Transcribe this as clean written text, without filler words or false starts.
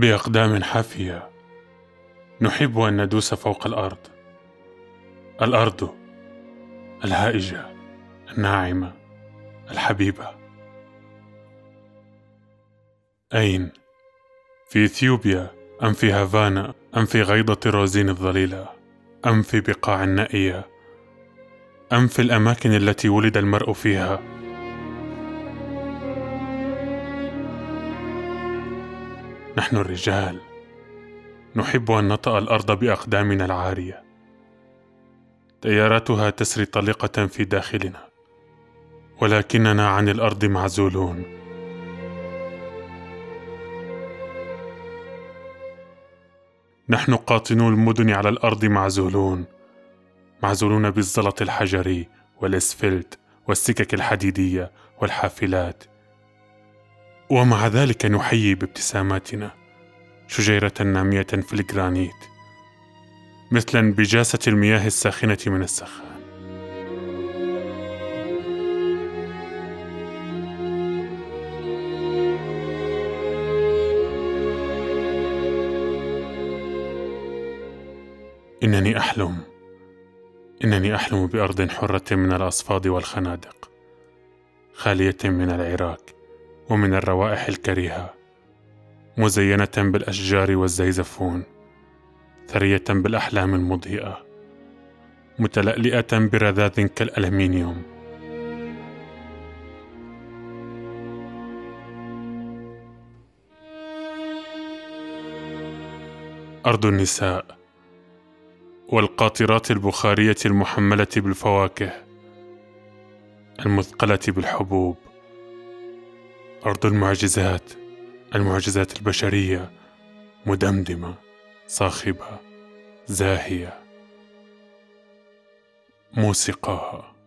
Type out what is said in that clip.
بأقدام حافية نحب أن ندوس فوق الأرض، الأرض الهائجة الناعمة الحبيبة. أين؟ في إثيوبيا أم في هافانا أم في غيضة روزين الظليلة أم في بقاع نائية أم في الأماكن التي ولد المرء فيها؟ نحن الرجال نحب أن نطأ الأرض بأقدامنا العارية، تياراتها تسري طليقة في داخلنا، ولكننا عن الأرض معزولون. نحن قاطنو المدن على الأرض معزولون بالزلط الحجري والإسفلت والسكك الحديدية والحافلات، ومع ذلك نحيي بابتساماتنا شجيرة نامية في الجرانيت مثل انبجاسة المياه الساخنة من السخان. إنني أحلم بأرض حرة من الأصفاد والخنادق، خالية من العراك ومن الروائح الكريهة، مزينة بالأشجار والزيزفون، ثرية بالأحلام المضيئة، متلألئة برذاذ كالألمنيوم. أرض النساء والقاطرات البخارية المحملة بالفواكه المثقلة بالحبوب. أرض المعجزات البشرية، مدمدمة صاخبة زاهية، موسقاها